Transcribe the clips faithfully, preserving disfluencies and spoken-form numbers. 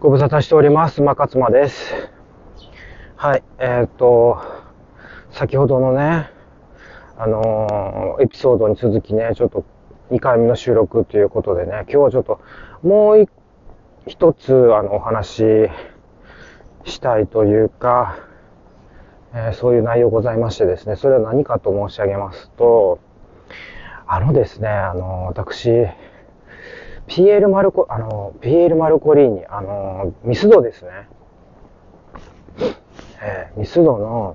ご無沙汰しております。まかつまです。はい、えー、っと、先ほどのね、あのー、エピソードに続きね、ちょっとにかいめの収録ということでね、今日はちょっともう一つ、あの、お話ししたいというか、えー、そういう内容ございましてですね、それは何かと申し上げますと、あのですね、あの、私、ピエール・マルコ、あの、ピエール・マルコリーニ、あの、ミスドですね。えー、ミスドの、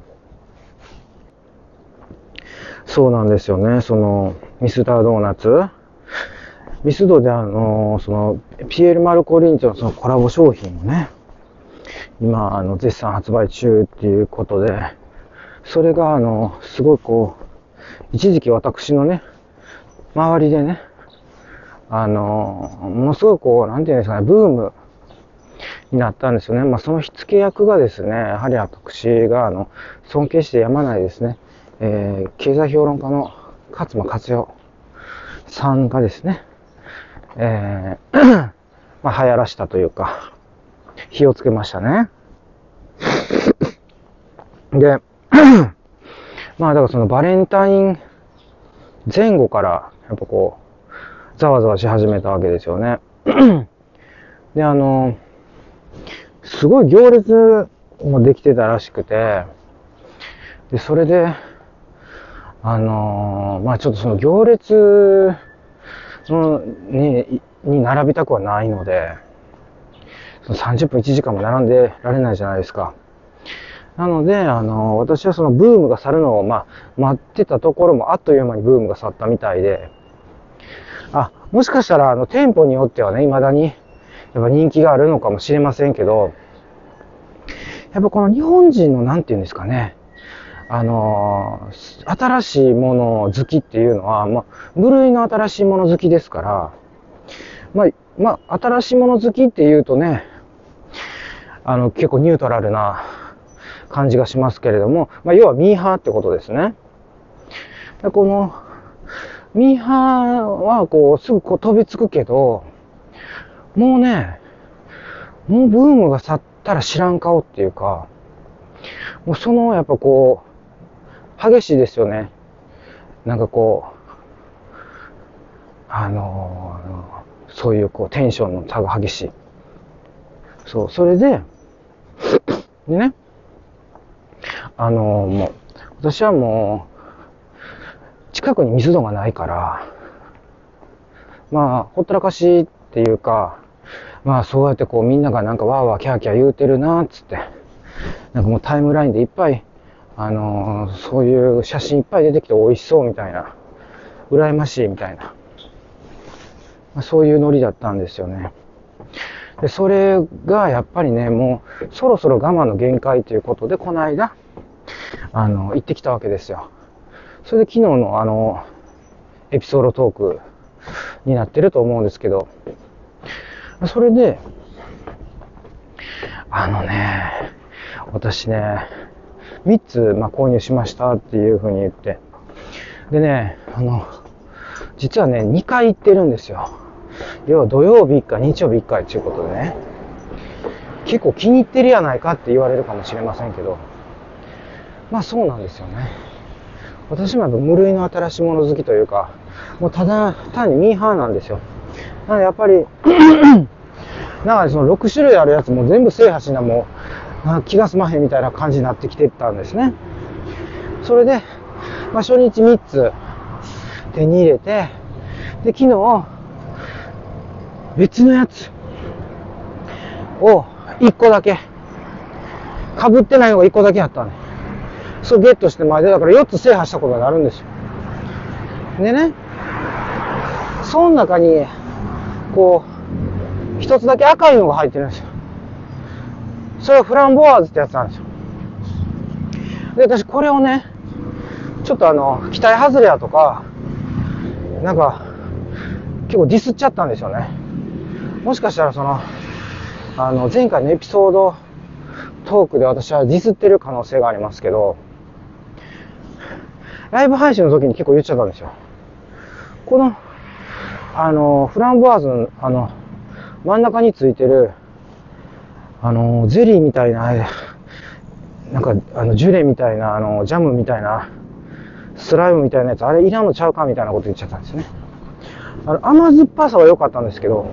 そうなんですよね、その、ミスタードーナツ。ミスドであの、その、ピエール・マルコリーニとのそのコラボ商品をね、今、あの、絶賛発売中っていうことで、それが、あの、すごいこう、一時期私のね、周りでね、あの、ものすごいこう、なんていうんですかね、ブームになったんですよね。まあ、その火付け役がですね、やはり私が、あの、尊敬してやまないですね、えー、経済評論家の勝間和代さんがですね、えー、まあ、流行らしたというか、火をつけましたね。で、まあ、だからそのバレンタイン前後から、やっぱこう、ざわざわし始めたわけですよね。で、あの、すごい行列もできてたらしくて、で、それで、あのー、まあちょっとその行列のに、に並びたくはないので、そのさんじゅっぷんいちじかんも並んでられないじゃないですか。なので、あのー、私はそのブームが去るのを、まあ、待ってたところもあっという間にブームが去ったみたいで、あ、もしかしたら、あの、店舗によってはね、未だに、やっぱ人気があるのかもしれませんけど、やっぱこの日本人のなんていうんですかね、あのー、新しいもの好きっていうのは、まあ、部類の新しいもの好きですから、まあ、まあ、新しいもの好きっていうとね、あの、結構ニュートラルな感じがしますけれども、まあ、要はミーハーってことですね。でこの、ミーハーはこう、すぐこう飛びつくけど、もうね、もうブームが去ったら知らん顔っていうか、もうその、やっぱこう、激しいですよね。なんかこう、あのー、そういうこう、テンションの差が激しい。そう、それで、でね、あのー、もう、私はもう、近くにミスドがないから、まあ、ほったらかしっていうか、まあ、そうやってこう、みんながなんかわーわーキャーキャー言うてるなーっつって、なんかもうタイムラインでいっぱい、あのー、そういう写真いっぱい出てきて美味しそうみたいな、羨ましいみたいな、まあ、そういうノリだったんですよね。で、それがやっぱりね、もうそろそろ我慢の限界ということで、この間、あの、行ってきたわけですよ。それで昨日のあの、エピソードトークになってると思うんですけど、それで、あのね、私ね、みっつ、まあ、購入しましたっていう風に言って、でね、あの、実はね、にかい行ってるんですよ。要は土曜日いっかい、日曜日いっかいということでね、結構気に入ってるやないかって言われるかもしれませんけど、まあそうなんですよね。私もやっぱ無類の新しいもの好きというか、もうただ単にミーハーなんですよ。なのでやっぱりなんかそのろくしゅるいあるやつも全部制覇しな、もう気が済まへんみたいな感じになってきてたんですね。それで、まあ初日みっつ手に入れて、で昨日別のやつをいっこだけ、被ってないのがいっこだけあったね。そうゲットして前で、だからよっつ制覇したことになるんですよ。でね、その中に、こう、一つだけ赤いのが入ってるんですよ。それはフランボワーズってやつなんですよ。で、私これをね、ちょっとあの、期待外れやとか、なんか、結構ディスっちゃったんですよね。もしかしたらその、あの、前回のエピソードトークで私はディスってる可能性がありますけど、ライブ配信の時に結構言っちゃったんですよ。この、あの、フランボワーズの、あの、真ん中についてる、 あの、ゼリーみたいな、なんか、あの、ジュレみたいな、あの、ジャムみたいな、スライムみたいなやつ、あれいらんのちゃうかみたいなこと言っちゃったんですね。あの、甘酸っぱさは良かったんですけど、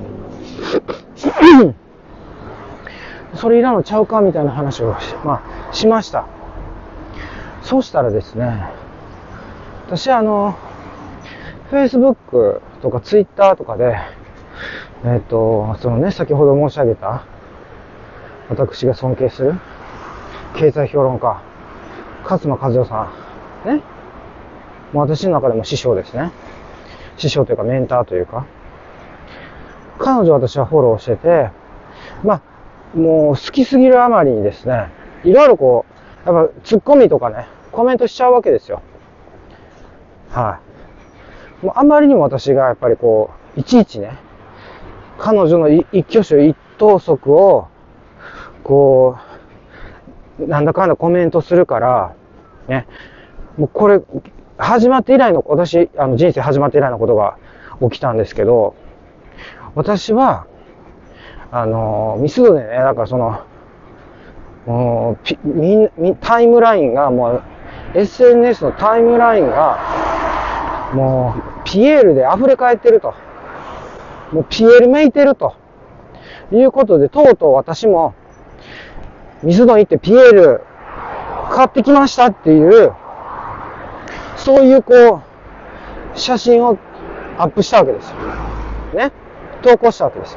それいらんのちゃうかみたいな話をし、まあ、しました。そうしたらですね、私あの、Facebook とか Twitter とかで、えっと、そのね、先ほど申し上げた、私が尊敬する経済評論家、勝間和代さん、ね。もう私の中でも師匠ですね。師匠というかメンターというか。彼女を私はフォローしてて、まあ、もう好きすぎるあまりにですね、いろいろこう、やっぱツッコミとかね、コメントしちゃうわけですよ。はい。もうあまりにも私がやっぱりこう、いちいちね、彼女の一挙手一投足を、こう、なんだかんだコメントするから、ね、もうこれ、始まって以来の、私、あの人生始まって以来のことが起きたんですけど、私は、あの、ミスドでね、だからその、もうピみみタイムラインが、もう、エスエヌエス のタイムラインが、もう、ピエールで溢れ返ってると。もう、ピエールめいてると。いうことで、とうとう私も、ミスドに行ってピエール買ってきましたっていう、そういうこう、写真をアップしたわけですよ。ね。投稿したわけですよ。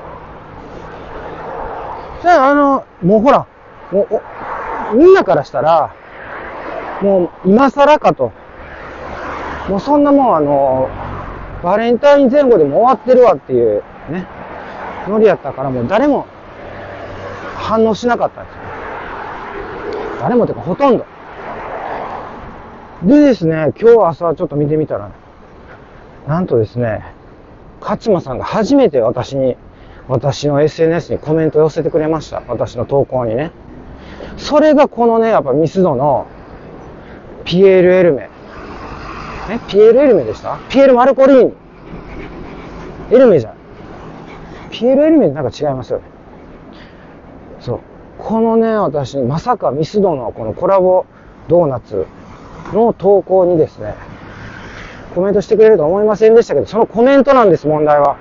じゃあ、あの、もうほら、もう、みんなからしたら、もう今更かと。もうそんなもんあの、バレンタイン前後でも終わってるわっていうね、ノリやったからもう誰も反応しなかったんですよ。誰もというかほとんど。でですね、今日朝ちょっと見てみたら、なんとですね、勝間さんが初めて私に、私の エスエヌエス にコメントを寄せてくれました。私の投稿にね。それがこのね、やっぱミスドのピエール・エルメ。えピエール・エルメでした？ピエール・マルコリーニ。エルメじゃん。ピエール・エルメなんか違いますよね。そう。このね、私、まさかミスドのこのコラボドーナツの投稿にですね、コメントしてくれると思いませんでしたけど、そのコメントなんです、問題は。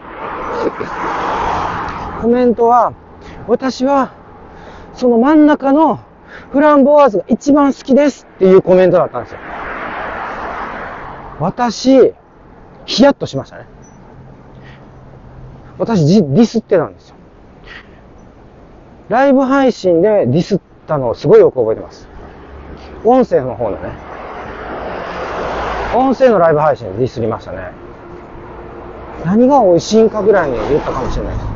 コメントは、私は、その真ん中のフランボワーズが一番好きですっていうコメントだったんですよ。私、ヒヤッとしましたね。私、ディスってたんですよ。ライブ配信でディスったのをすごいよく覚えてます。音声の方のね。音声のライブ配信でディスりましたね。何が美味しいんかぐらいに言ったかもしれないです。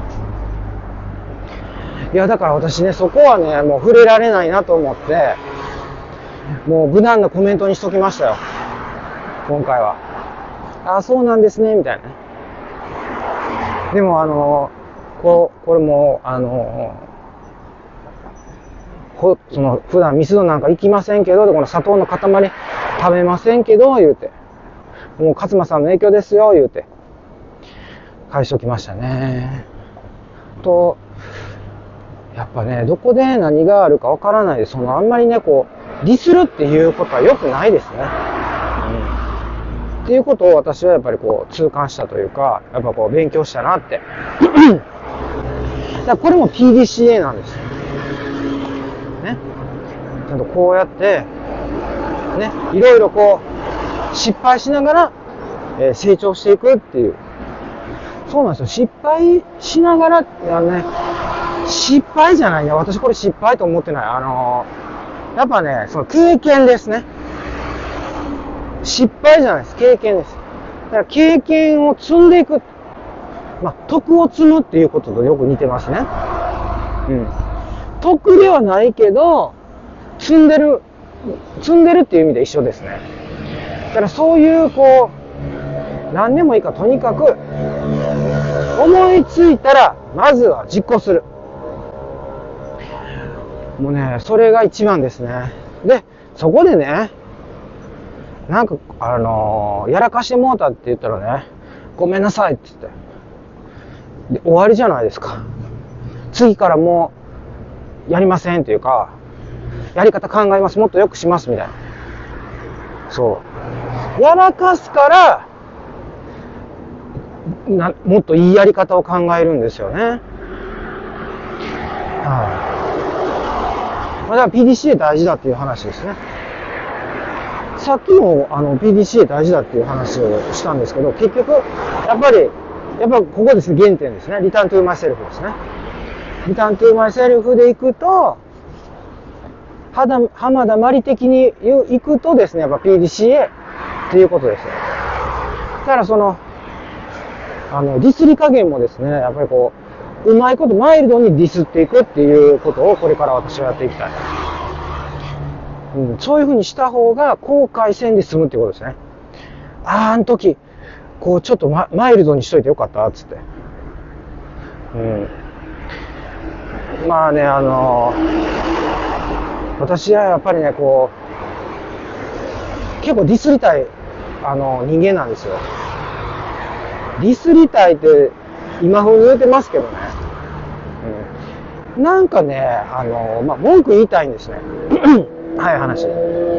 いや、だから私ね、そこはね、もう触れられないなと思って、もう無難なコメントにしときましたよ。今回は。ああ、そうなんですね、みたいなね。でもあの、こう、これも、あの、ほその、普段ミスドなんか行きませんけど、この砂糖の塊食べませんけど、言うて。もう勝間さんの影響ですよ、言うて。返しときましたね。と、やっぱね、どこで何があるかわからないで、そのあんまりね、こう、ディスるっていうことは良くないですね。うん。っていうことを私はやっぱりこう、痛感したというか、やっぱこう、勉強したなって。だからこれも ピーディーシーエー なんですよ。ね。ちゃんとこうやって、ね、いろいろこう、失敗しながら、えー、成長していくっていう。そうなんですよ。失敗しながら、あのね、失敗じゃないね。私これ失敗と思ってない。あのー、やっぱね、その経験ですね。失敗じゃないです。経験です。だから経験を積んでいく。まあ、徳を積むっていうこととよく似てますね。うん。徳ではないけど、積んでる、積んでるっていう意味で一緒ですね。だからそういう、こう、何でもいいかとにかく、思いついたら、まずは実行する。もうね、それが一番ですね。で、そこでね、なんか、あのー、やらかしてもうたって言ったらね、ごめんなさいって言って。で、終わりじゃないですか。次からもう、 やりませんっていうか、やり方考えます、もっと良くしますみたいな。そう。やらかすから、なもっといいやり方を考えるんですよね。はい、あ。だから ピーディーシーエー 大事だっていう話ですね。さっきもあの ピーディーシーエー 大事だっていう話をしたんですけど、結局、やっぱり、やっぱここですね、原点ですね。リターントゥーマイセルフですね。リターントゥーマイセルフでいくと、浜田真理的に行くとですね、やっぱ ピーディーシーエー っていうことですよ。だからその、あの、ディスり加減もですね、やっぱりこう、うまいことマイルドにディスっていくっていうことをこれから私はやっていきたい。うん、そういう風にした方が後悔せんで済むっていうことですね。あー、あの時、こうちょっと マ, マイルドにしといてよかったっつって。うん。まあね、あのー、私はやっぱりね、こう、結構ディスりたい、あの、人間なんですよ。ディスりたいって今風に言うてますけどね。うん。なんかね、あのー、まあ、文句言いたいんですね。はい、話。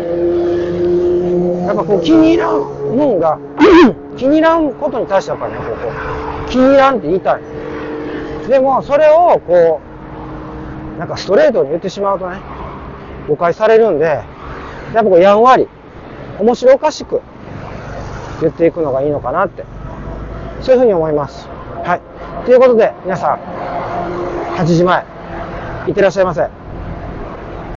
やっぱこう気に入らんもんが、気に入らんことに対してやっぱね、こう、こう気に入らんって言いたい。でも、それをこう、なんかストレートに言ってしまうとね、誤解されるんで、やっぱこう、やんわり、面白おかしく言っていくのがいいのかなって、そういうふうに思います。はい。ということで、皆さん、はちじまえ、いってらっしゃいませ。